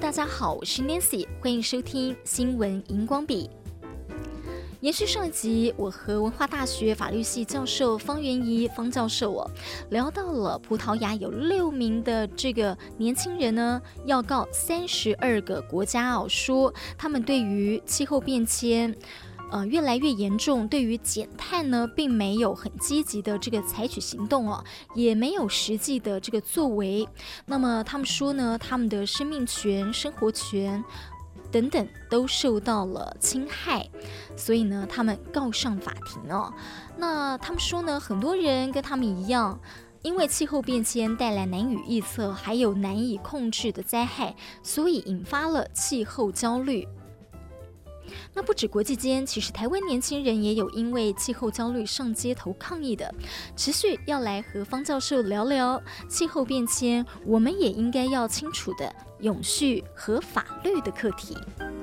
大家好，我是 Nancy， 欢迎收听新闻荧光笔。延续上一集，我和文化大学法律系教授方元怡方教授聊到了葡萄牙有6名的这个年轻人呢，要告32个国家说他们对于气候变迁越来越严重，对于减碳呢，并没有很积极的这个采取行动也没有实际的这个作为。那么他们说呢，他们的生命权、生活权等等都受到了侵害，所以呢，他们告上法庭那他们说呢，很多人跟他们一样，因为气候变迁带来难以预测还有难以控制的灾害，所以引发了气候焦虑。那不止国际间，其实台湾年轻人也有因为气候焦虑上街头抗议的。持续要来和方教授聊聊气候变迁，我们也应该要清楚的永续和法律的课题。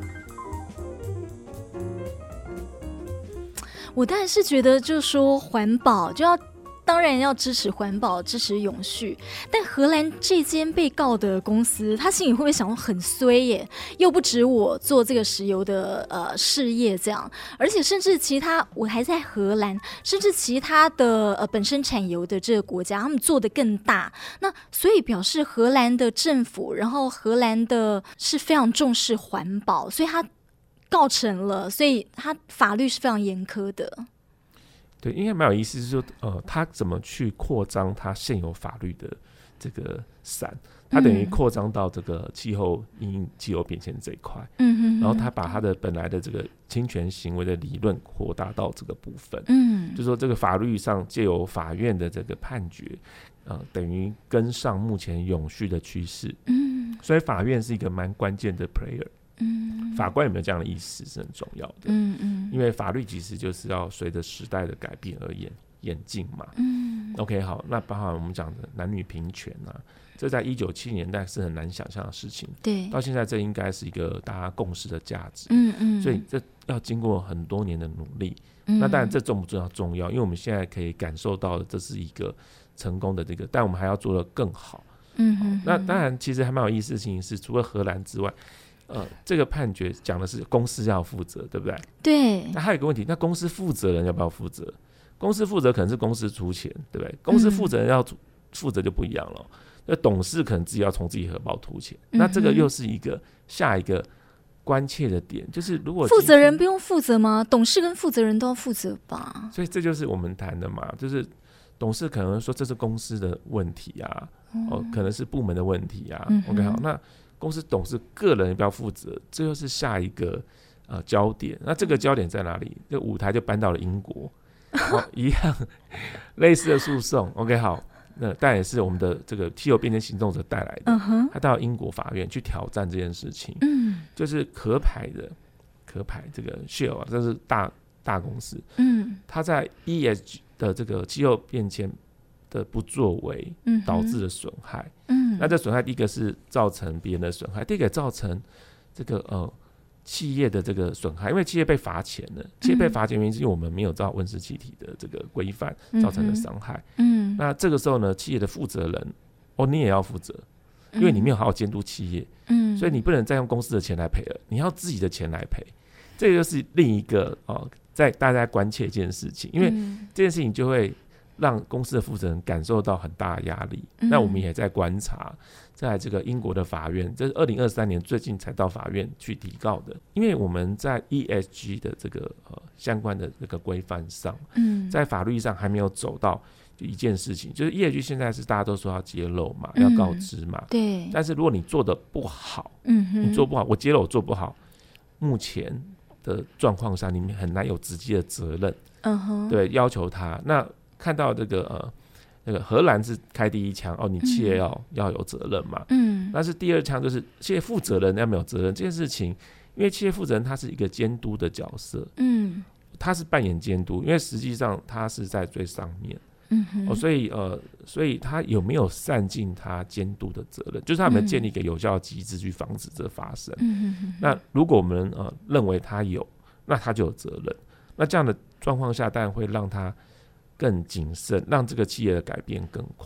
我当然是觉得，就说环保就要。当然要支持环保，支持永续，但荷兰这间被告的公司，他心里会不会想很衰耶？又不止我做这个石油的事业这样，而且甚至其他我还在荷兰，甚至其他的本身产油的这个国家，他们做得更大。那所以表示荷兰的政府，然后荷兰的是非常重视环保，所以他告成了，所以他法律是非常严苛的。 对，应该蛮有意思，是说，他怎么去扩张他现有法律的这个伞，他等于扩张到这个气候变迁这一块，然后他把他的本来的这个侵权行为的理论扩大到这个部分，就是说这个法律上借由法院的这个判决，等于跟上目前永续的趋势，所以法院是一个蛮关键的 player。法官有没有这样的意识是很重要的，因为法律其实就是要随着时代的改变而演进嘛。OK， 好，那包含我们讲的男女平权这在1970年代是很难想象的事情，对，到现在这应该是一个大家共识的价值，所以这要经过很多年的努力。那当然这重不重要？重要，因为我们现在可以感受到的这是一个成功的这个，但我们还要做得更好。那当然其实还蛮有意思的事情是，除了荷兰之外，这个判决讲的是公司要负责，对不对？对。那还有一个问题，那公司负责人要不要负责？公司负责可能是公司出钱，对不对？公司负责人要负责就不一样了。那董事可能自己要从自己荷包出钱，那这个又是一个下一个关切的点，就是如果负责人不用负责吗？董事跟负责人都要负责吧？所以这就是我们谈的嘛，就是董事可能说这是公司的问题可能是部门的问题OK， 好，那公司董事个人也不要负责，这又是下一个焦点。那这个焦点在哪里？这舞台就搬到了英国，一样类似的诉讼。OK， 好，那但也是我们的这个气候变迁行动者带来的，他到英国法院去挑战这件事情。就是壳牌这个 Shell 这是大公司，他在 ESG 的这个气候变迁的不作为导致的损害。那这损害第一个是造成别人的损害，第二个造成这个企业的这个损害，因为企业被罚钱了。企业被罚钱原因是因为我们没有照温室气体的这个规范造成的伤害。那这个时候呢，企业的负责人你也要负责，因为你没有好好监督企业，所以你不能再用公司的钱来赔了，你要自己的钱来赔。这个就是另一个在大家关切一件事情，因为这件事情就会让公司的负责人感受到很大的压力。那我们也在观察，在这个英国的法院，这是2023年最近才到法院去提告的。因为我们在 ESG 的这个相关的这个规范上，在法律上还没有走到一件事情，就是 ESG 现在是大家都说要揭露嘛，要告知嘛，对。但是如果你做得不好，你做不好，我揭露我做不好，目前的状况下，你们很难有直接的责任，对，要求他。那看到这个那个荷兰是开第一枪，你企业要有责任嘛，但是第二枪就是企业负责人要没有责任这件事情，因为企业负责人他是一个监督的角色，他是扮演监督，因为实际上他是在最上面，所以他有没有善尽他监督的责任，就是他们建立一个有效的机制去防止这发生。那如果我们认为他有，那他就有责任。那这样的状况下，当然会让他更谨慎，让这个企业的改变更快。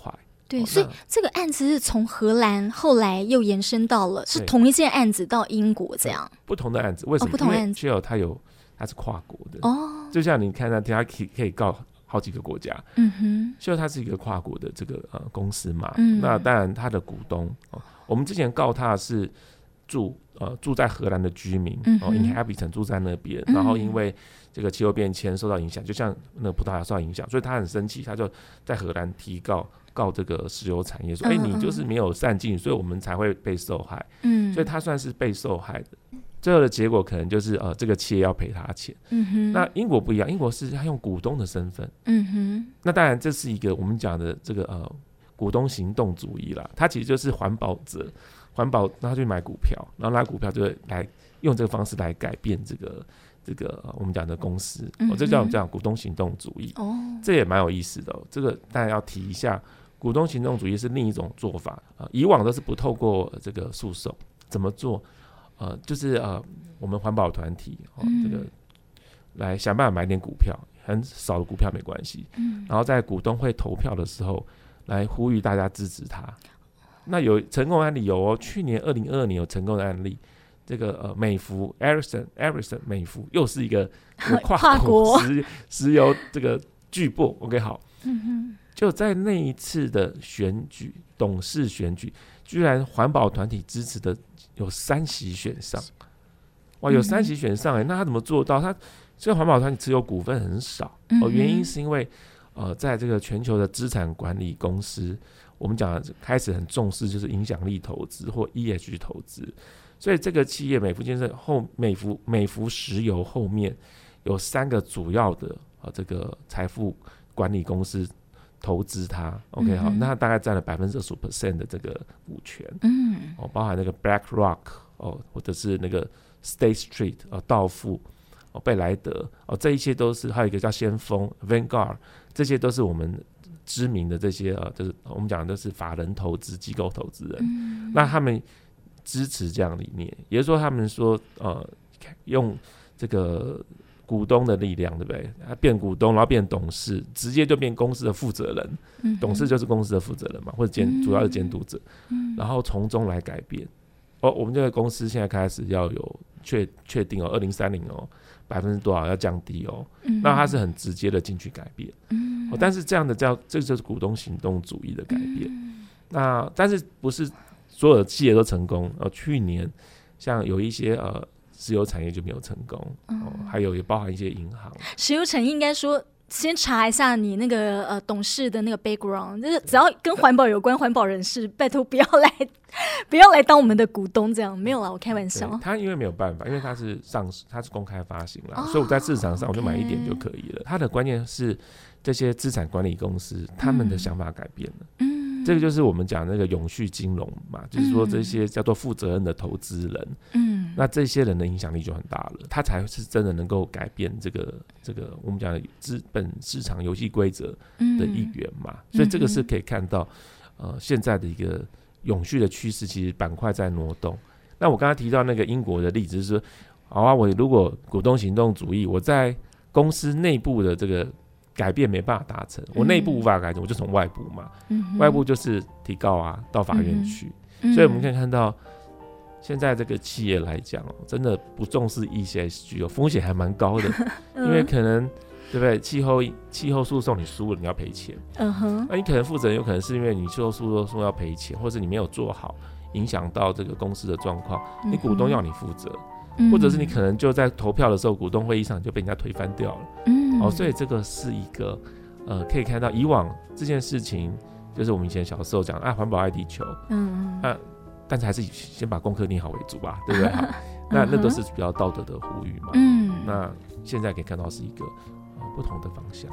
对，所以这个案子是从荷兰后来又延伸到了是同一件案子到英国这样。 不同的案子，为什么？ 不同案子， 因为 它是跨国的就像你看它可以告好几个国家。就它是一个跨国的这个公司嘛。那当然它的股东我们之前告它是住在荷兰的居民inhabitant 住在那边，然后因为这个气候变迁受到影响，就像那个葡萄牙受到影响，所以他很生气，他就在荷兰提告这个石油产业，说你就是没有善尽，所以我们才会被受害。所以他算是被受害的。最后的结果可能就是这个企业要赔他钱。那英国不一样，英国是他用股东的身份。那当然这是一个我们讲的这个股东行动主义啦，他其实就是环保者，然后去买股票，然后拿股票就来用这个方式来改变这个我们讲的公司。这叫我们讲股东行动主义。这也蛮有意思的这个当然要提一下，股东行动主义是另一种做法。以往都是不透过这个诉讼，怎么做？就是我们环保团体这个来想办法买点股票，很少的股票没关系。然后在股东会投票的时候来呼吁大家支持他。那有成功的案例有去年2022年有成功的案例，这个美孚 Ericsson 美孚又是一个跨国石油这个巨擘。OK 好，就在那一次的选举董事选举，居然环保团体支持的有3席选上。哇，有3席选上那他怎么做到？他这个环保团体持有股份很少原因是因为在这个全球的资产管理公司，我们讲开始很重视就是影响力投资或 ESG 投资，所以这个企业美孚建设美孚石油后面有3个主要的这个财富管理公司投资它。OK 好，那它大概占了25% 的这个股权。包含那个 BlackRock 或者是那个 State Street 道富贝莱德这一些都是，还有一个叫先锋 Vanguard， 这些都是我们知名的这些就是我们讲的都是法人投资机构投资人。那他们支持这样的理念，也就是说他们说用这个股东的力量，对不对？他变股东，然后变董事，直接就变公司的负责人。董事就是公司的负责人嘛，或者主要的监督者。然后从中来改变。我们这个公司现在开始要有确定2030多少要降低那它是很直接的进去改变。但是这样的这就是股东行动主义的改变。那但是不是所有的企业都成功？去年像有一些石油产业就没有成功。还有也包含一些银行。 石油产业应该说先查一下你那个董事的那个 background， 就是只要跟环保有关，环保人士拜托不要来当我们的股东，这样没有啦，我开玩笑。 他因为没有办法，因为他是上市，他是公开发行啦，所以我在市场上我就买一点就可以了。他的关键是这些资产管理公司他们的想法改变了。这个就是我们讲那个永续金融嘛，就是说这些叫做负责任的投资人。那这些人的影响力就很大了，他才是真的能够改变这个我们讲的资本市场游戏规则的一员嘛。所以这个是可以看到现在的一个永续的趋势，其实板块在挪动。那我刚才提到那个英国的例子是说，好啊，我如果股东行动主义，我在公司内部的这个改变没办法达成，我内部无法改成，我就从外部嘛。外部就是提告到法院去。所以我们可以看到现在这个企业来讲真的不重视 ESG 风险还蛮高的。因为可能对不对？气候诉讼你输了，你要赔钱。那你可能负责人有可能是因为你气候诉讼要赔钱，或者你没有做好，影响到这个公司的状况，你股东要你负责。或者是你可能就在投票的时候，股东会议上就被人家推翻掉了。所以这个是一个可以看到以往这件事情，就是我们以前小时候讲环保爱地球。但是还是先把功课念好为主吧，对不对？那都是比较道德的呼吁嘛。那现在可以看到是一个不同的方向。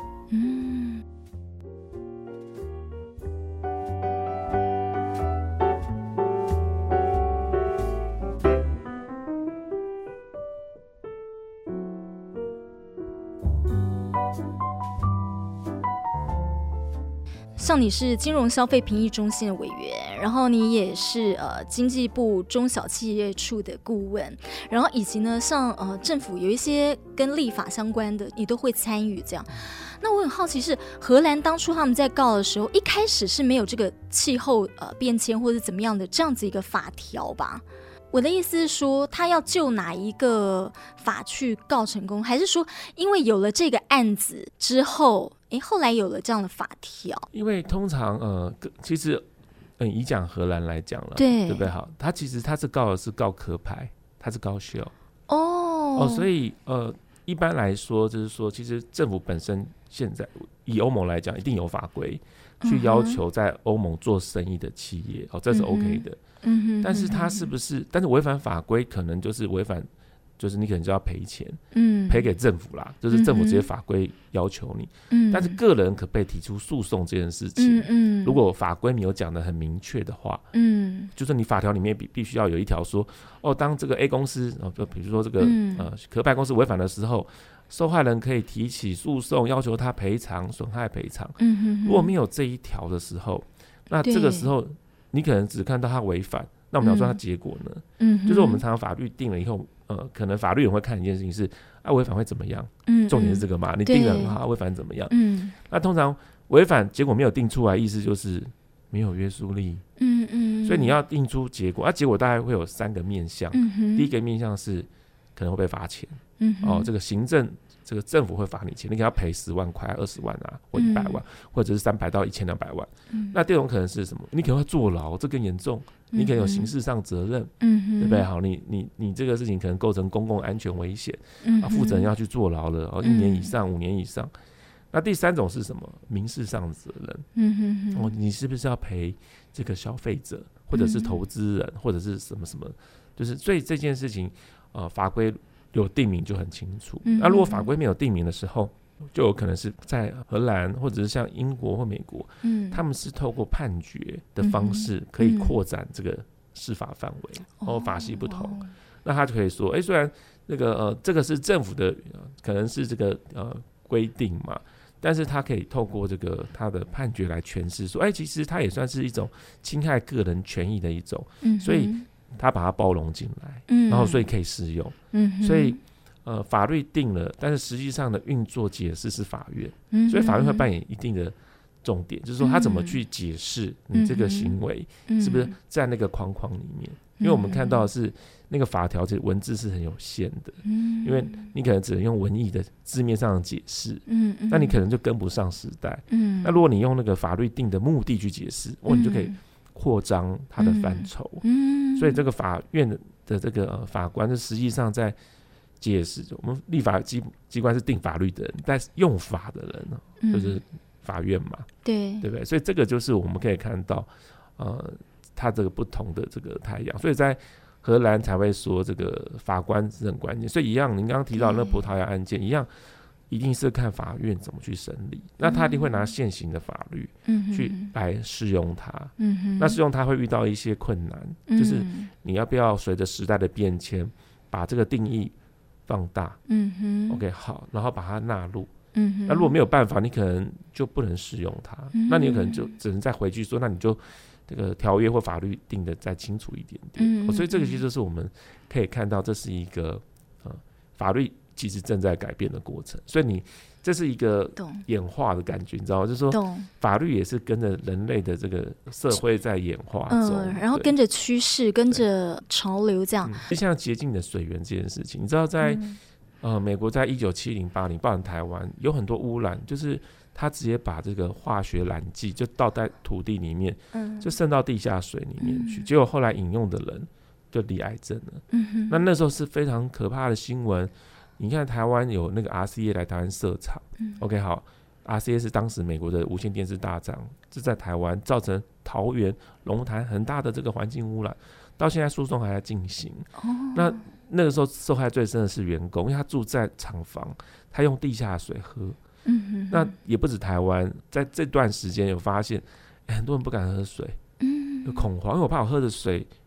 像你是金融消费评议中心的委员，然后你也是经济部中小企业处的顾问，然后以及呢像政府有一些跟立法相关的你都会参与这样。那我很好奇是荷兰当初他们在告的时候，一开始是没有这个气候变迁或者怎么样的这样子一个法条吧？我的意思是说，他要就哪一个法去告成功，还是说因为有了这个案子之后，后来有了这样的法条？ 因为通常其实以讲荷兰来讲了， 对不对？好，他其实他是告的是告壳牌，他是告 Shell 所以一般来说就是说，其实政府本身现在以欧盟来讲，一定有法规去要求在欧盟做生意的企业，这是 OK 的。但是他是不是？但是违反法规可能就是违反，就是你可能就要赔钱，赔给政府啦，就是政府这些法规要求你。但是个人可被提出诉讼这件事情，如果法规没有讲得很明确的话，就是你法条里面必须要有一条说，当这个 A 公司，就比如说这个壳牌公司违反的时候，受害人可以提起诉讼，要求他赔偿损害赔偿。如果没有这一条的时候，那这个时候你可能只看到他违反，那我们要说他结果呢？就是我们常常法律定了以后，可能法律人会看一件事情是违反会怎么样？重点是这个嘛？你定了很好，违反怎么样？那通常违反结果没有定出来，意思就是没有约束力。所以你要定出结果，结果大概会有3个面向。第一个面向是可能会被罚钱，这个行政。这个政府会罚你钱，你给他赔10万块、20万啊，或100万，或者是300到1200万。那第二种可能是什么？你可能会坐牢，这更严重，你可能有刑事上责任，对不对？好，你这个事情可能构成公共安全危险，负责人要去坐牢了，1年以上、5年以上。那第3种是什么？民事上的责任。你是不是要赔这个消费者，或者是投资人，或者是什么什么？就是所以这件事情，法规有定名就很清楚。那如果法规没有定名的时候，就有可能是在荷兰或者是像英国或美国，他们是透过判决的方式可以扩展这个司法范围，法系不同，那他就可以说，虽然那个这个是政府的，可能是这个规定嘛，但是他可以透过这个他的判决来诠释说，其实他也算是一种侵害个人权益的一种，所以他把它包容进来，然后所以可以适用。所以法律定了，但是实际上的运作解释是法院，所以法院会扮演一定的重点，就是说他怎么去解释你这个行为是不是在那个框框里面。因为我们看到的是那个法条文字是很有限的，因为你可能只能用文义的字面上的解释，那你可能就跟不上时代。那如果你用那个法律定的目的去解释，你就可以扩张它的范畴。所以这个法院的这个法官是实际上在解释，我们立法机关是定法律的人，但用法的人就是法院嘛，对不对？所以这个就是我们可以看到它这个不同的这个太阳，所以在荷兰才会说这个法官是很关键。所以一样，您刚刚提到那葡萄牙案件一样，一定是看法院怎么去审理，那他一定会拿现行的法律去来适用它。那适用它会遇到一些困难，就是你要不要随着时代的变迁把这个定义放大，OK 好，然后把它纳入。那如果没有办法，你可能就不能适用它，那你有可能就只能再回去说，那你就这个条约或法律定的再清楚一点点。所以这个其实就是我们可以看到，这是一个法律其实正在改变的过程，所以这是一个演化的感觉，你知道吗？就是说法律也是跟着人类的这个社会在演化中， 然后跟着趋势，跟着潮流这样。 就像洁净的水源这件事情，你知道在美国在1970、80，包含台湾有很多污染，就是他直接把这个化学染剂就倒在土地里面，就渗到地下水里面去，结果后来饮用的人就罹癌症了。那时候是非常可怕的新闻。你看台湾有那个 RCA 来台湾设厂，OK 好 ，RCA 是当时美国的无线电视大厂，这在台湾造成桃园、龙潭很大的这个环境污染，到现在诉讼还在进行。那个时候受害最深的是员工，因为他住在厂房，他用地下水喝。那也不止台湾，在这段时间有发现，很多人不敢喝水，有恐慌，因为我怕我喝的水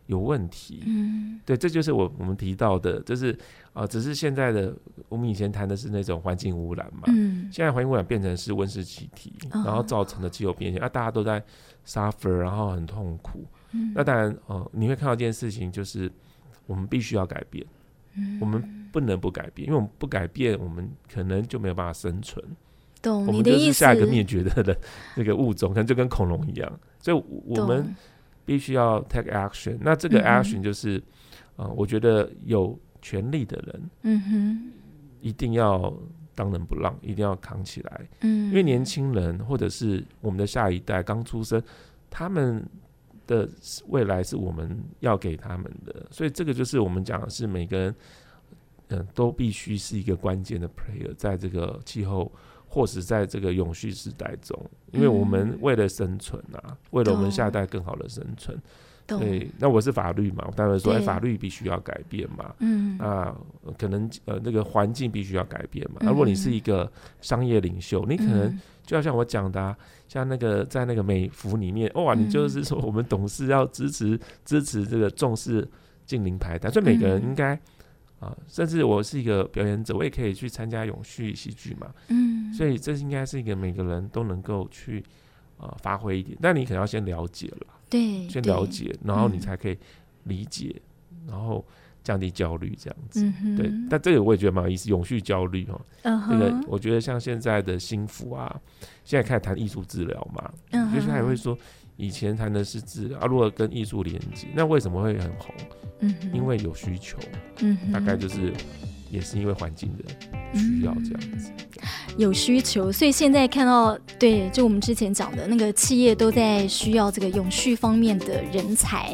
有问题。对，这就是我们提到的，就是只是现在的我们以前谈的是那种环境污染嘛，现在环境污染变成是温室气体，然后造成的气候变迁大家都在 suffer， 然后很痛苦。那当然你会看到一件事情，就是我们必须要改变，我们不能不改变，因为我们不改变，我们可能就没有办法生存。 懂我们就是下一个灭绝的这个物种，可能就跟恐龙一样，所以我们必须要 take action。那这个 action 就是，我觉得有权利的人，一定要当仁不让，一定要扛起来。因为年轻人或者是我们的下一代刚出生，他们的未来是我们要给他们的，所以这个就是我们讲的是每个人，都必须是一个关键的 player， 在这个气候或是在这个永续时代中，因为我们为了生存为了我们下一代更好的生存，对，那我是法律嘛，我当然说，法律必须要改变嘛，可能那个环境必须要改变嘛。如果你是一个商业领袖，你可能就要像我讲的像那个在那个美孚里面，你就是说我们董事要支持这个重视净零排碳，所以每个人应该甚至我是一个表演者，我也可以去参加永续戏剧嘛，所以这应该是一个每个人都能够去发挥一点，但你可能要先了解了， 对， 先了解，然后你才可以理解，然后降低焦虑这样子，对。但这个我也觉得蛮有意思，永续焦虑这个我觉得像现在的新妇现在开始谈艺术治疗嘛，就是他也会说，以前谈的是治疗如果跟艺术连接，那为什么会很红？因为有需求，大概就是也是因为环境的需要这样子， 有需求，所以现在看到，对，就我们之前讲的那个企业都在需要这个永续方面的人才。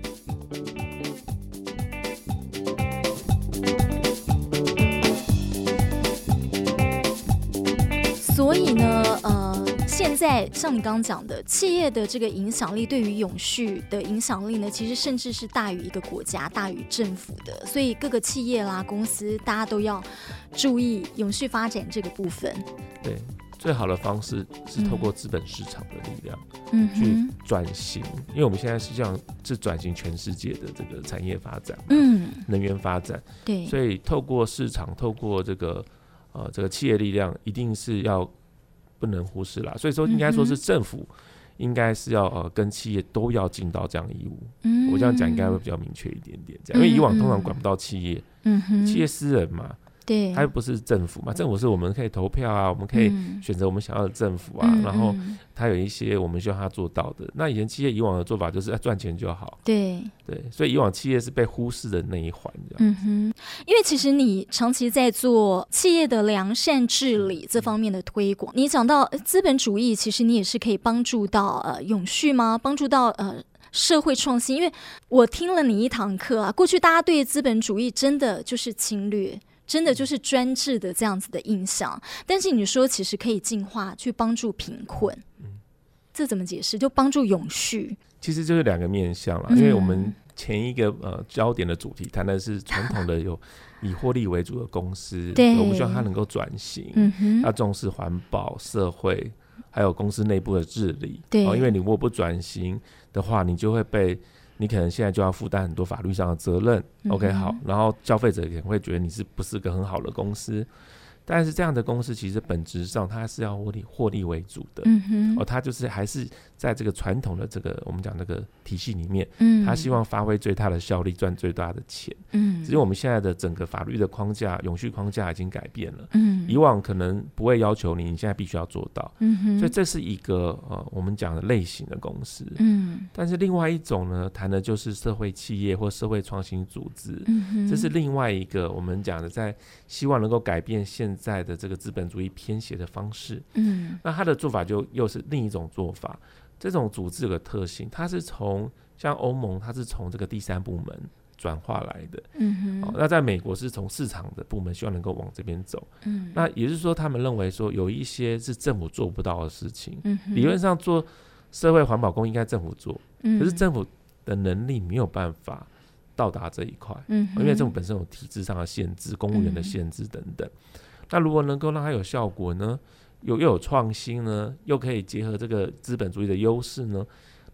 所以呢，现在像你刚刚讲的，企业的这个影响力对于永续的影响力呢，其实甚至是大于一个国家、大于政府的。所以各个企业啦、公司，大家都要注意永续发展这个部分。 对，最好的方式是透过资本市场的力量，去转型，因为我们现在实际上是转型全世界的这个产业发展，能源发展， 对， 所以透过市场，透过这个企业力量，一定是要不能忽视啦。所以说，应该说是政府应该是要跟企业都要尽到这样的义务。我这样讲应该会比较明确一点点，这样，因为以往通常管不到企业，企业私人嘛。 对， 它又不是政府嘛，政府是我们可以投票我们可以选择我们想要的政府然后它有一些我们希望它做到的。那以前企业以往的做法就是赚钱就好， 对， 所以以往企业是被忽视的那一环。 因为其实你长期在做企业的良善治理这方面的推广，你讲到资本主义，其实你也是可以帮助到永续吗？帮助到社会创新？因为我听了你一堂课过去大家对资本主义真的就是侵略，真的就是专制的这样子的印象，但是你说其实可以进化去帮助贫困，这怎么解释？就帮助永续， 其实就是两个面向啦，因为我们前一个焦点的主题谈的是传统的有以获利为主的公司，我们希望它能够转型，要重视环保、社会，还有公司内部的治理。因为你如果不转型的话，你就会被。你可能现在就要负担很多法律上的责任，OK 好，然后消费者可能会觉得你是不是个很好的公司，但是这样的公司其实本质上它是要获利为主的，它就是还是在这个传统的这个我们讲那个体系里面，它希望发挥最大的效率，赚最大的钱，只是我们现在的整个法律的框架、永续框架已经改变了，以往可能不会要求你现在必须要做到，所以这是一个我们讲的类型的公司，但是另外一种呢，谈的就是社会企业或社会创新组织，这是另外一个我们讲的在希望能够改变现在的这个资本主义偏斜的方式，那他的做法就又是另一种做法。这种组织有个特性，它是从像欧盟，它是从这个第三部门转化来的，那在美国是从市场的部门希望能够往这边走，那也就是说他们认为说有一些是政府做不到的事情，理论上做社会环保公益应该政府做，可是政府的能力没有办法到达这一块，因为政府本身有体制上的限制、公务员的限制等等，那如果能够让它有效果呢，又有创新呢，又可以结合这个资本主义的优势呢，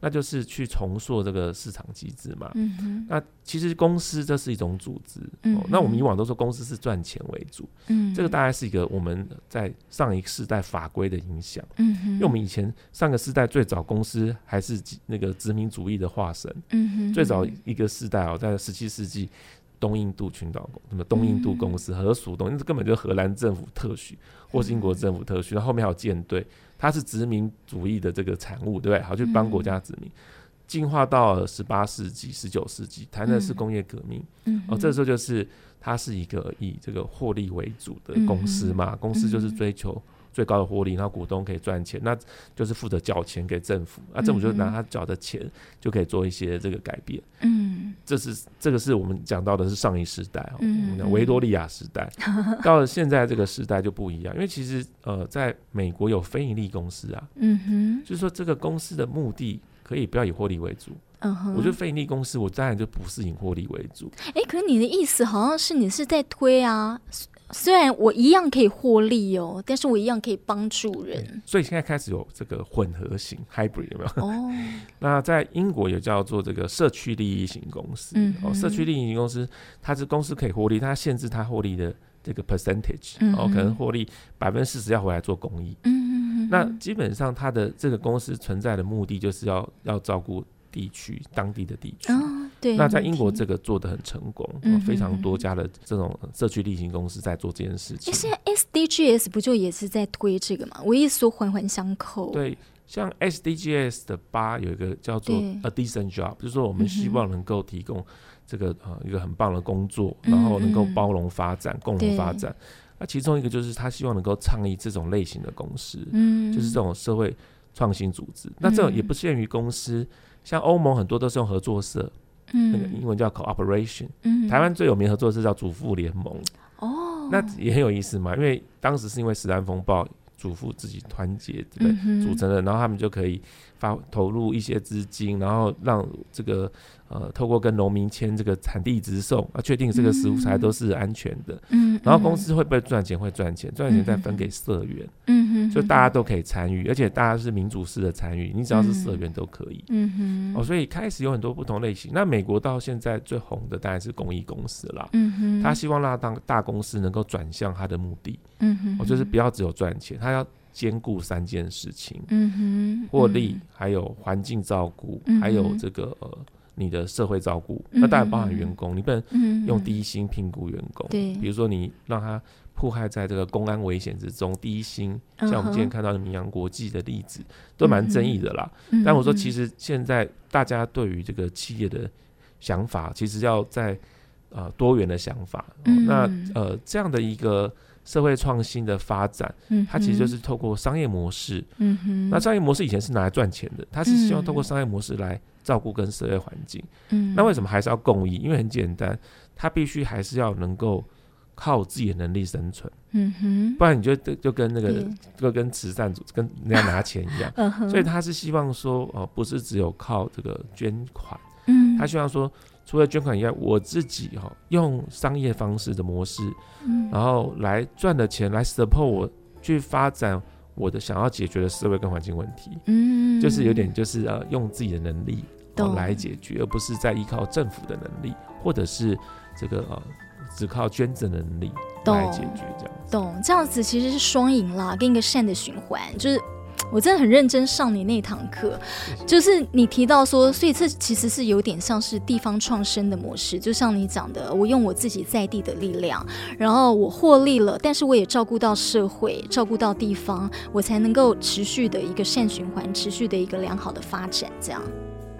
那就是去重塑这个市场机制嘛。那其实公司这是一种组织，那我们以往都说公司是赚钱为主，这个大概是一个我们在上一世代法规的影响。因为我们以前上个世代最早公司还是那个殖民主义的化身，最早一个世代在17世纪东印度群岛什么东印度公司、荷属东，这根本就是荷兰政府特许或是英国政府特许，然后后面还有舰队，它是殖民主义的这个产物，对不对？好，去帮国家殖民。进化到了18世纪、19世纪，谈的是工业革命。这时候就是它是一个以这个获利为主的公司嘛，公司就是追求最高的获利，然后股东可以赚钱，那就是负责缴钱给政府，政府就拿他缴的钱就可以做一些这个改变。这个是我们讲到的是上一时代，维多利亚时代。到了现在这个时代就不一样，因为其实在美国有非营利公司啊，就是说这个公司的目的可以不要以获利为主。我觉得非营利公司我当然就不是以获利为主。 可是你的意思好像是你是在推啊，虽然我一样可以获利哦，但是我一样可以帮助人。 所以现在开始有这个混合型 hybrid 有没有？那在英国也叫做这个社区利益型公司。社区利益型公司，它是公司可以获利，它限制它获利的这个 percentage，可能获利40%要回来做公益。那基本上它的这个公司存在的目的就是要照顾地区当地的地区。对，那在英国这个做得很成功，非常多家的这种社区利益型公司在做这件事情。 现在 SDGs 不就也是在推这个吗？我一说环环相扣。 对，像 SDGs 的8有一个叫做 A Decent Job，就是说我们希望能够提供这个一个很棒的工作，然后能够包容发展、共同发展。那其中一个就是他希望能够倡议这种类型的公司，就是这种社会创新组织。那这种也不限于公司，像欧盟很多都是用合作社，那个英文叫 cooperation。台湾最有名的合作社叫主妇联盟。那也很有意思嘛，因为当时是因为石兰风暴，主妇自己团结组成的，然后他们就可以投入一些资金，然后让这个透过跟农民签这个产地直送，确定这个食材都是安全的。然后公司会不会赚钱？会赚钱，赚钱再分给社员。所以大家都可以参与，而且大家是民主式的参与，你只要是社员都可以。所以开始有很多不同类型。那美国到现在最红的当然是公益公司啦。他希望让大公司能够转向他的目的。就是不要只有赚钱，他要兼顾3件事情：获利，还有环境照顾，还有这个你的社会照顾。那当然包含员工，你不能用低薪评估员工。比如说你让他迫害在这个公安危险之中，低薪，像我们今天看到的明阳国际的例子，都蛮争议的啦。但我说，其实现在大家对于这个企业的想法，其实要在多元的想法。那这样的一个社会创新的发展，它其实就是透过商业模式。那商业模式以前是拿来赚钱的，它是希望透过商业模式来照顾跟社会环境。那为什么还是要共益？因为很简单，它必须还是要能够靠自己的能力生存。不然你就跟那个就跟慈善组跟人家拿钱一样。所以他是希望说不是只有靠这个捐款。他希望说除了捐款以外，我自己用商业方式的模式，然后来赚的钱来 support 我去发展我的想要解决的社会跟环境问题。就是有点就是用自己的能力来解决，而不是在依靠政府的能力，或者是这个只靠捐赠的能力来解决这样子。 懂，这样子其实是双赢啦，跟一个善的循环。就是我真的很认真上你那堂课，就是你提到说，所以这其实是有点像是地方创生的模式，就像你讲的，我用我自己在地的力量，然后我获利了，但是我也照顾到社会，照顾到地方，我才能够持续的一个善循环，持续的一个良好的发展，这样。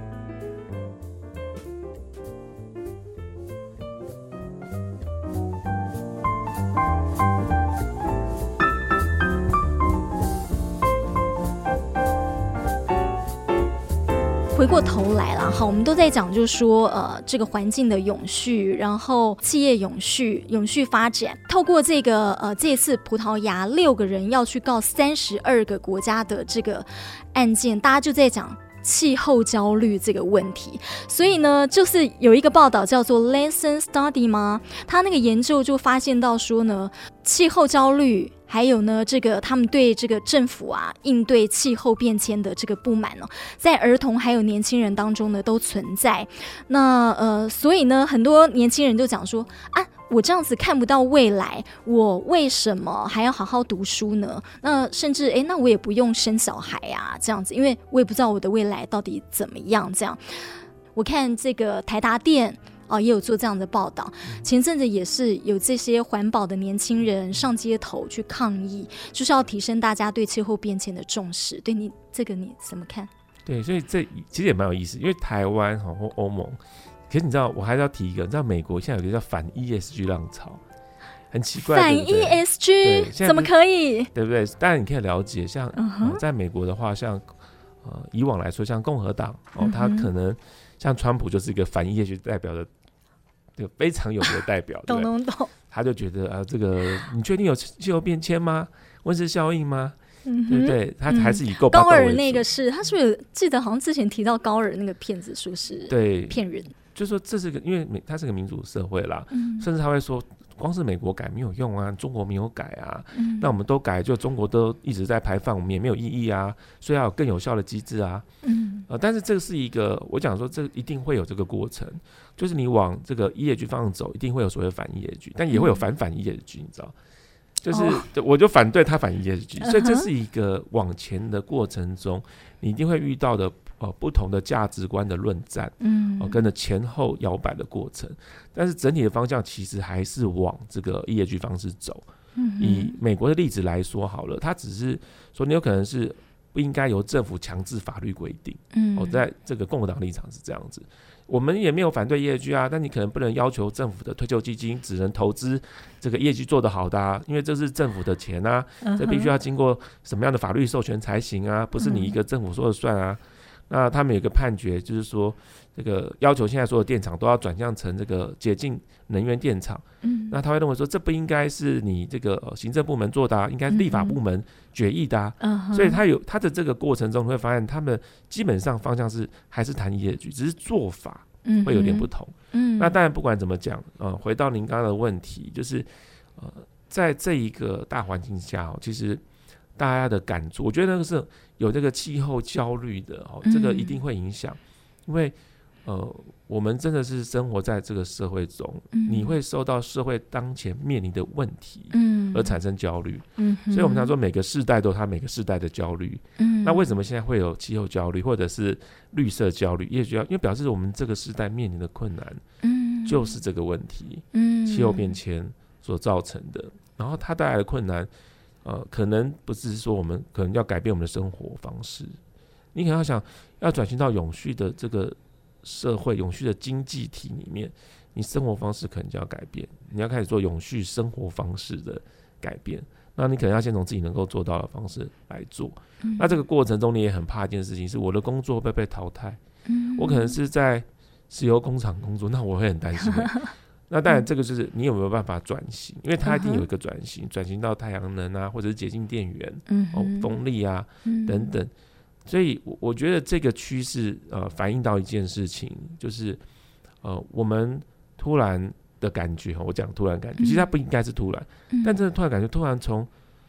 回过头来啦，好，我们都在讲，就是说，这个环境的永续，然后企业永续发展。透过这个这次葡萄牙6个人要去告32个国家的这个案件，大家就在讲气候焦虑这个问题。所以呢，就是有一个报道叫做 Lesson Study 吗？他那个研究就发现到说呢，气候焦虑还有呢，这个他们对这个政府啊应对气候变迁的这个不满在儿童还有年轻人当中呢都存在。那所以呢，很多年轻人就讲说啊，我这样子看不到未来，我为什么还要好好读书呢？那甚至那我也不用生小孩啊，这样子，因为我也不知道我的未来到底怎么样。这样，我看这个台达电也有做这样的报道，前阵子也是有这些环保的年轻人上街头去抗议，就是要提升大家对气候变迁的重视。对你这个你怎么看？ 对，所以这其实也蛮有意思，因为台湾或欧盟，可是你知道，我还是要提一个，你知道美国现在有一个叫反 ESG 浪潮，很奇怪， 反 ESG 怎么可以？ 对不对？当然你可以了解，像在美国的话，像以往来说，像共和党他可能像川普就是一个反 ESG 代表的。非常有名的代表， 懂， 他就觉得这个你确定有气候变迁吗？温室效应吗？对不对？他还是以够高尔那个是，他是不是记得好像之前提到高尔那个骗子说是骗人？ 就说这是个，因为他是个民主社会啦，甚至他会说，光是美国改没有用啊，中国没有改啊，那我们都改，就中国都一直在排放，我们也没有意义啊，所以要有更有效的机制啊。但是这是一个，我讲说这一定会有这个过程，就是你往这个 ESG 方向走，一定会有所谓反 ESG， 但也会有反 ESG， 你知道？就是我就反对他反 ESG， 所以这是一个往前的过程中，你一定会遇到的不同的价值观的论战，跟着前后摇摆的过程，但是整体的方向其实还是往这个 ESG 方式走。以美国的例子来说好了，它只是说你有可能是不应该由政府强制法律规定，在这个共和党立场是这样子。我们也没有反对 ESG 啊，但你可能不能要求政府的退休基金只能投资这个 ESG 做得好的啊，因为这是政府的钱啊，这必须要经过什么样的法律授权才行啊，不是你一个政府说了算啊。那他们有一个判决，就是说这个要求现在所有电厂都要转向成这个洁净能源电厂，那他会认为说这不应该是你这个行政部门做的啊，应该是立法部门决议的啊，所以他的这个过程中你会发现他们基本上方向是还是谈ESG，只是做法会有点不同。那当然不管怎么讲，回到您刚刚的问题，就是在这一个大环境下，其实大家的感触，我觉得那个是有这个气候焦虑的，这个一定会影响，因为我们真的是生活在这个社会中，你会受到社会当前面临的问题而产生焦虑，所以我们常说每个世代都有它每个世代的焦虑，那为什么现在会有气候焦虑或者是绿色焦虑？因为表示我们这个世代面临的困难就是这个问题，气候变迁所造成的，然后它带来的困难可能不是说我们可能要改变我们的生活方式，你可能要想要转型到永续的这个社会、永续的经济体里面，你生活方式可能就要改变，你要开始做永续生活方式的改变，那你可能要先从自己能够做到的方式来做，那这个过程中你也很怕一件事情，是我的工作会不会被淘汰，我可能是在石油工厂工作，那我会很担心那当然这个就是你有没有办法转型，因为它一定有一个转型，转型到太阳能啊，或者是洁净电源，风力啊等等，所以我觉得这个趋势反映到一件事情，就是我们突然的感觉，我讲突然感觉，其实它不应该是突然，但真的突然感觉，突然从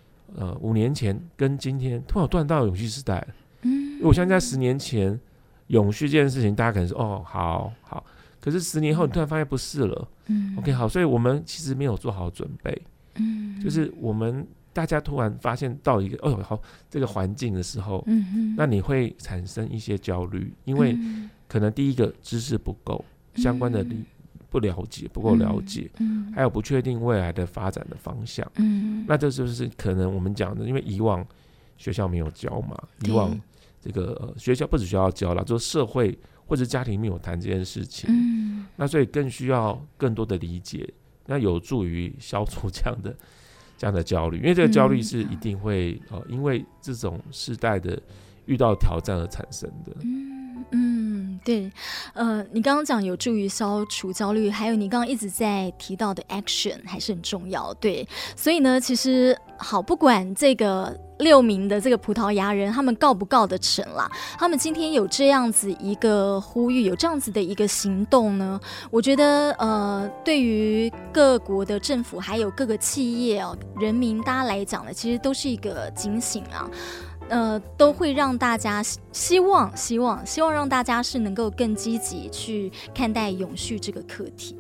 5年前跟今天突然到永续时代了，我相信在10年前永续这件事情，大家可能说好，可是10年后你突然发现不是了，OK 好，所以我们其实没有做好准备，就是我们大家突然发现到一个好这个环境的时候，那你会产生一些焦虑，因为可能第一个知识不够，相关的不够了解，还有不确定未来的发展的方向，那这就是可能我们讲的，因为以往学校没有教嘛，以往这个学校不止学校教啦，就社会或者家庭没有谈这件事情，那所以更需要更多的理解，那有助于消除这样的焦虑，因为这个焦虑是一定会因为这种世代的遇到挑战而产生的。 对，你刚刚讲有助于消除焦虑，还有你刚刚一直在提到的 action 还是很重要，对，所以呢，其实好，不管这个6名的这个葡萄牙人他们告不告得成啦，他们今天有这样子一个呼吁，有这样子的一个行动呢，我觉得对于各国的政府还有各个企业人民大家来讲呢，其实都是一个警醒啊。都会让大家希望让大家是能够更积极去看待永续这个课题。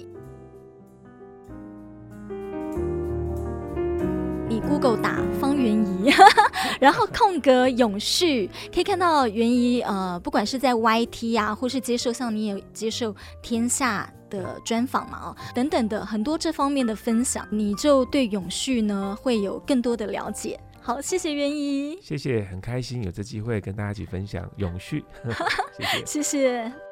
你 Google 打方圆仪然后空格永续，可以看到元仪不管是在 YT 啊，或是接受像你也接受天下的专访嘛等等的很多这方面的分享，你就对永续呢会有更多的了解。好，谢谢元仪， 谢谢，很开心有这机会跟大家一起分享永续谢谢。 谢谢。